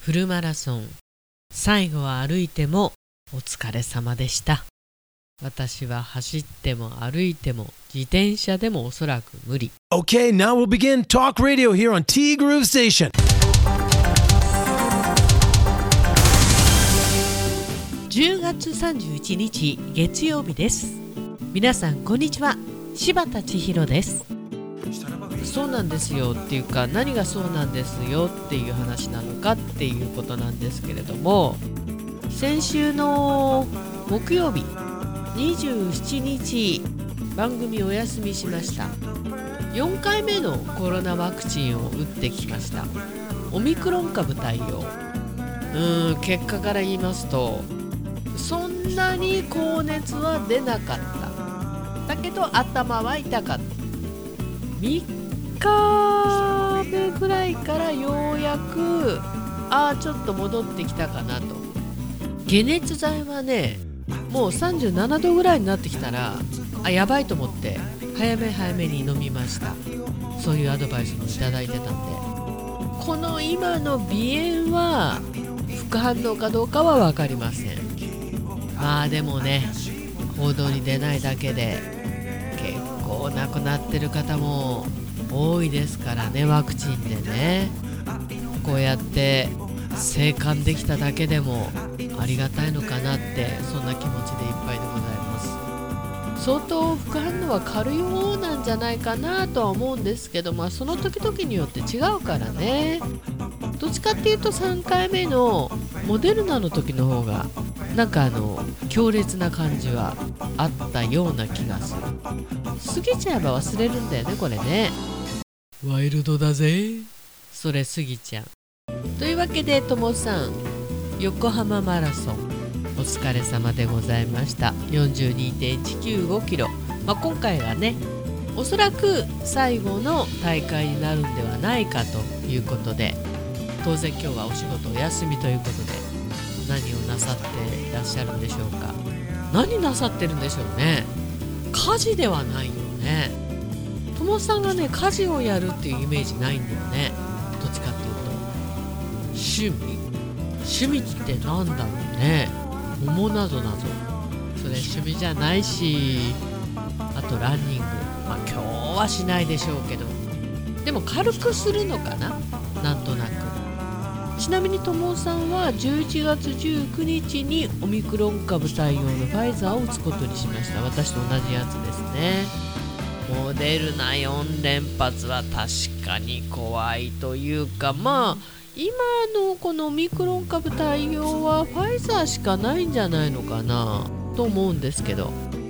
フルマラソン、最後は歩いてもお疲れ様でした。私は走っても歩いても自転車でもおそらく無理。 Okay, now we'll begin Talk Radio here on T Groove Station. 10月31日月曜日です。皆さんこんにちは、柴田千尋です。そうなんですよっていうか、何がそうなんですよっていう話なのかっていうことなんですけれども、先週の木曜日27日番組お休みしました。4回目のコロナワクチンを打ってきました。オミクロン株対応。結果から言いますと、そんなに高熱は出なかった。だけど頭は痛かった。3日目ぐらいからようやくちょっと戻ってきたかなと。解熱剤はね、もう37度ぐらいになってきたらやばいと思って早めに飲みました。そういうアドバイスもいただいてたんで、この今の鼻炎は副反応かどうかは分かりません。でもね、報道に出ないだけで結構亡くなってる方も多いですからね。ワクチンでね、こうやって生還できただけでもありがたいのかなって、そんな気持ちでいっぱいでございます。相当副反応は軽い方なんじゃないかなとは思うんですけど、その時々によって違うからね。どっちかっていうと3回目のモデルナの時の方がなんか強烈な感じはあったような気がする。過ぎちゃえば忘れるんだよね、これね。ワイルドだぜ、それ過ぎちゃう。というわけで、ともさん、横浜マラソンお疲れ様でございました。 42.195 キロ、今回がね、おそらく最後の大会になるんではないかということで、当然今日はお仕事お休みということで、何をなさっていらっしゃるんでしょうか。何なさってるんでしょうね。家事ではないよね。ともさんがね、家事をやるっていうイメージないんだよね。どっちかっていうと趣味ってなんだろうね。桃なぞなぞ、それ趣味じゃないし、あとランニング、今日はしないでしょうけど、でも軽くするのかな、なんとなく。ちなみにともさんは11月19日にオミクロン株対応のファイザーを打つことにしました。私と同じやつですね。モデルナ4連発は確かに怖いというか、今のこのオミクロン株対応はファイザーしかないんじゃないのかなと思うんですけど、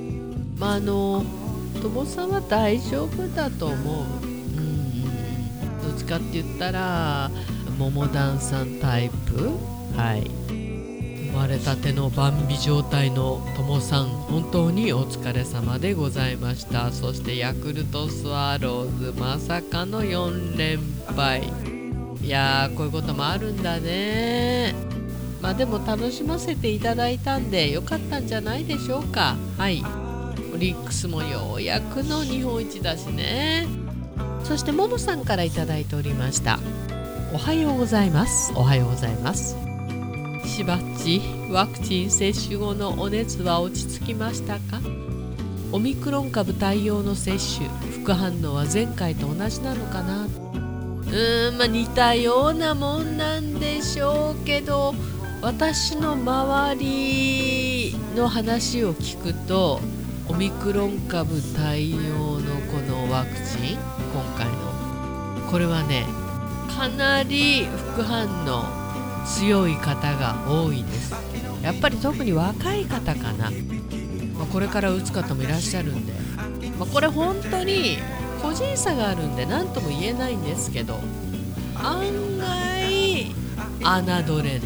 ともさんは大丈夫だと思う。どっちかって言ったら桃団さんタイプ。生まれたてのバンビ状態のともさん、本当にお疲れ様でございました。そしてヤクルトスワローズ、まさかの4連敗。いやー、こういうこともあるんだね。でも楽しませていただいたんでよかったんじゃないでしょうか。オリックスもようやくの日本一だしね。そしてももさんからいただいておりました。おはようございます。おはようございます。しばっち、ワクチン接種後のお熱は落ち着きましたか？オミクロン株対応の接種、副反応は前回と同じなのかな。似たようなもんなんでしょうけど、私の周りの話を聞くと、オミクロン株対応のこのワクチン、今回のこれはね、かなり副反応強い方が多いです。やっぱり特に若い方かな。これから打つ方もいらっしゃるんで、これ本当に個人差があるんで何とも言えないんですけど、案外侮れない。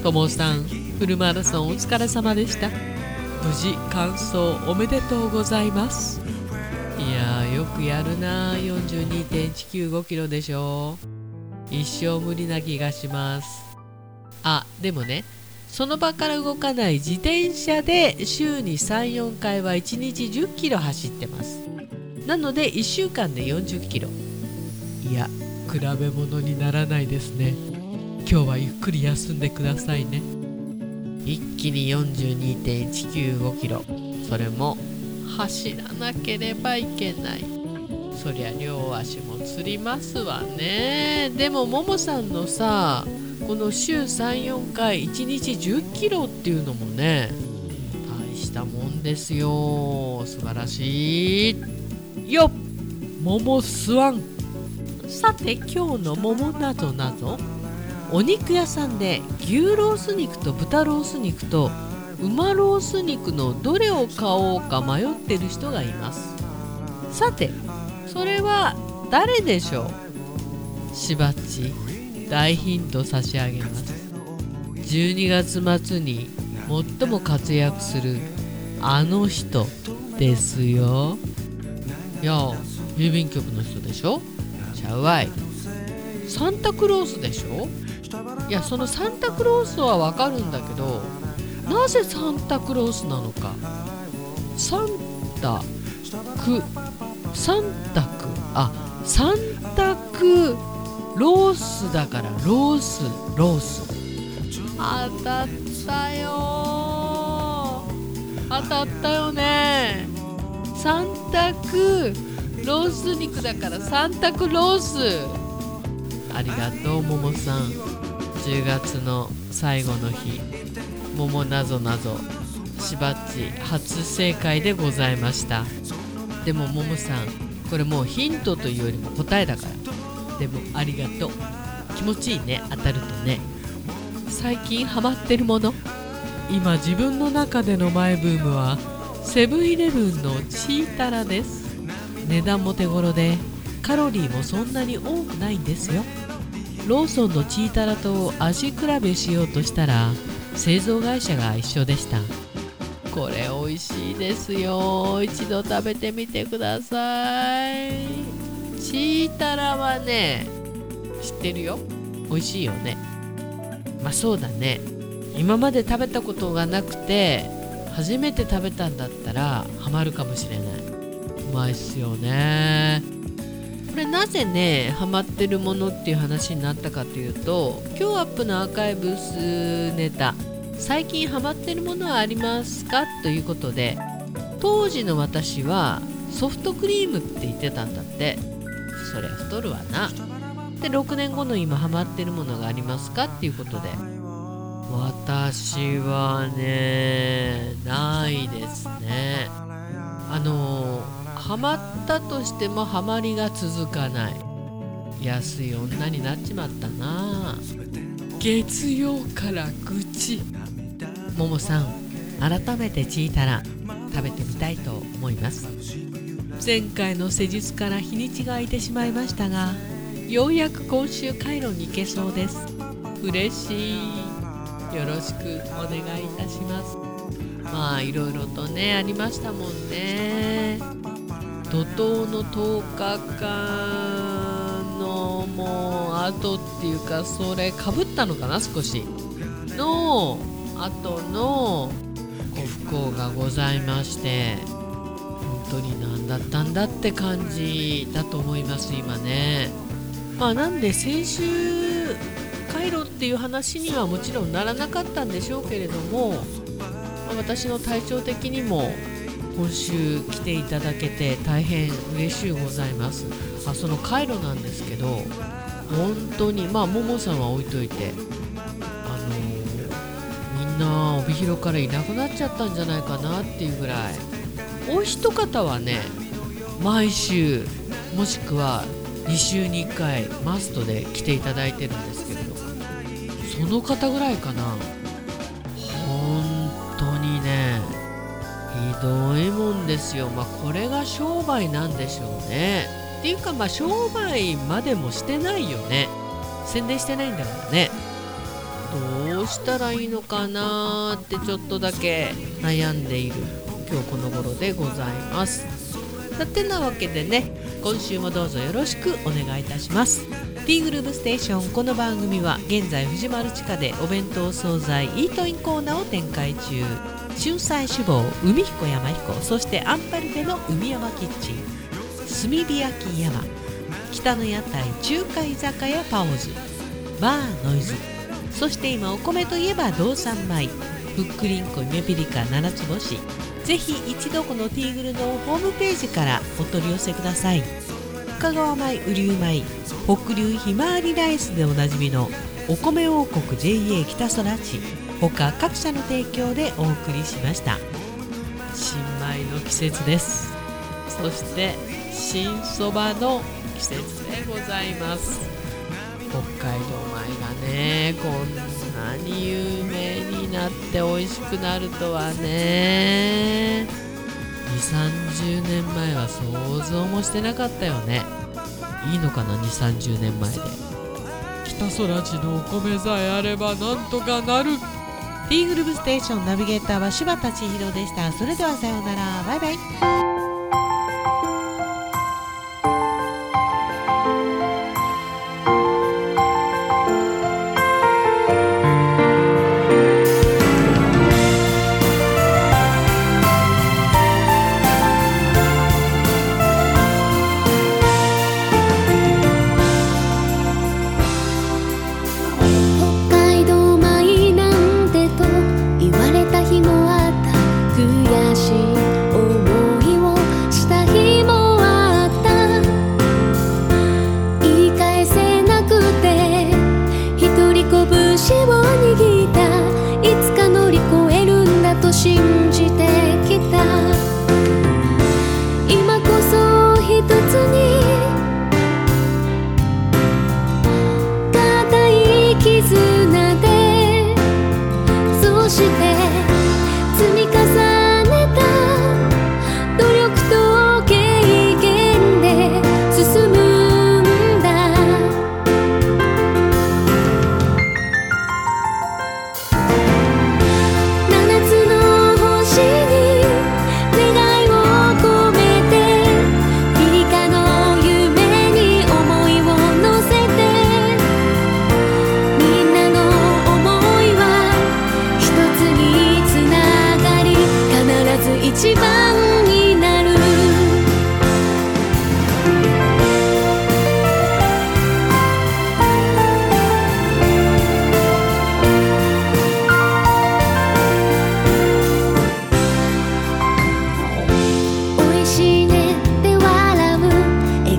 ともさん、フルマラソンお疲れ様でした。無事完走おめでとうございます。いやー、よくやるな。 42.195 キロでしょ。一生無理な気がします。でもね、その場から動かない自転車で週に 3,4 回は1日10キロ走ってます。なので1週間で40キロ。いや、比べ物にならないですね。 今日はゆっくり休んでくださいね。一気に 42.195 キロ、それも走らなければいけない。そりゃ両足もつりますわね。でもももさんのさ、この週 3,4 回1日10キロっていうのもね、大したもんですよ。素晴らしいよっ、ももスワン。さて今日のももなぞなぞ、お肉屋さんで牛ロース肉と豚ロース肉と馬ロース肉のどれを買おうか迷ってる人がいます。さてそれは誰でしょう。しばっち大ヒント差し上げます。12月末に最も活躍するあの人ですよ。いや、郵便局の人でしょ。ちゃうわい、サンタクロースでしょ。いや、そのサンタクロースはわかるんだけど、なぜサンタクロースなのか。サンタクサンタクロースだからロース。当たったよ、当たったよね。サンタクロース肉だからサンタクロース。ありがとうももさん。10月の最後の日、ももなぞなぞしばっち初正解でございました。でもももさん、これもうヒントというよりも答えだから。でもありがとう。気持ちいいね、当たるとね。最近ハマってるもの、今自分の中でのマイブームはセブンイレブンのチータラです。値段も手頃でカロリーもそんなに多くないんですよ。ローソンのチータラと味比べしようとしたら製造会社が一緒でした。これ美味しいですよ。一度食べてみてください。チータラはね、知ってるよ。美味しいよね。まあそうだね、今まで食べたことがなくて初めて食べたんだったらハマるかもしれない。うまいっすよね。これなぜねハマってるものっていう話になったかというと、今日アップのアーカイブスネタ、最近ハマってるものはありますかということで、当時の私はソフトクリームって言ってたんだって。そりゃ太るわな。で6年後の今ハマってるものがありますかっていうことで、私はねないですね。ハマったとしてもハマりが続かない安い女になっちまったな。月曜から愚痴。ももさん、改めてチータラ食べてみたいと思います。前回の施術から日にちが空いてしまいましたが、ようやく今週カイロに行けそうです。嬉しい。よろしくお願いいたします。まあいろいろとねありましたもんね。怒涛の10日間のもう後っていうか、それかぶったのかな、少しの後のご不幸がございまして、本当に何だったんだって感じだと思います今ね。まあなんで先週カイロっていう話にはもちろんならなかったんでしょうけれども、私の体調的にも今週来ていただけて大変嬉しゅうございます。そのカイロなんですけど、本当にももさんは置いといて、みんな帯広からいなくなっちゃったんじゃないかなっていうぐらい、お一方はね毎週もしくは2週に1回マストで来ていただいてるんですけれど、その方ぐらいかな。本当にねひどいもんですよ。これが商売なんでしょうね。っていうか商売までもしてないよね。宣伝してないんだからね。どうしたらいいのかなってちょっとだけ悩んでいる今日この頃でございます。てなわけでね、今週もどうぞよろしくお願いいたします。 T グループステーション。この番組は現在藤丸地下でお弁当惣菜イートインコーナーを展開中。春菜志望海彦山彦、そしてアンパルフェの海山キッチン、炭火焼き山、北の屋台中華居酒屋パオズ、バーノイズ、 そして今お米といえば道産米、ふっくりんこゆめぴりか7つ星。ぜひ一度このティーグルのホームページからお取り寄せください。深川米、雨竜米、北流ひまわりライスでおなじみのお米王国 JA 北空地、他各社の提供でお送りしました。新米の季節です。そして新そばの季節でございます。北海道米がね、こんなに有名になって美味しくなるとはね。2、30年前は想像もしてなかったよね。いいのかな、2、30年前で。北空地のお米さえあればなんとかなる。ティーグループステーションナビゲーターは柴田千尋でした。それではさようなら、バイバイ。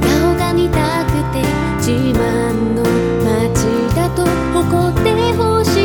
自慢の街だと誇ってほしい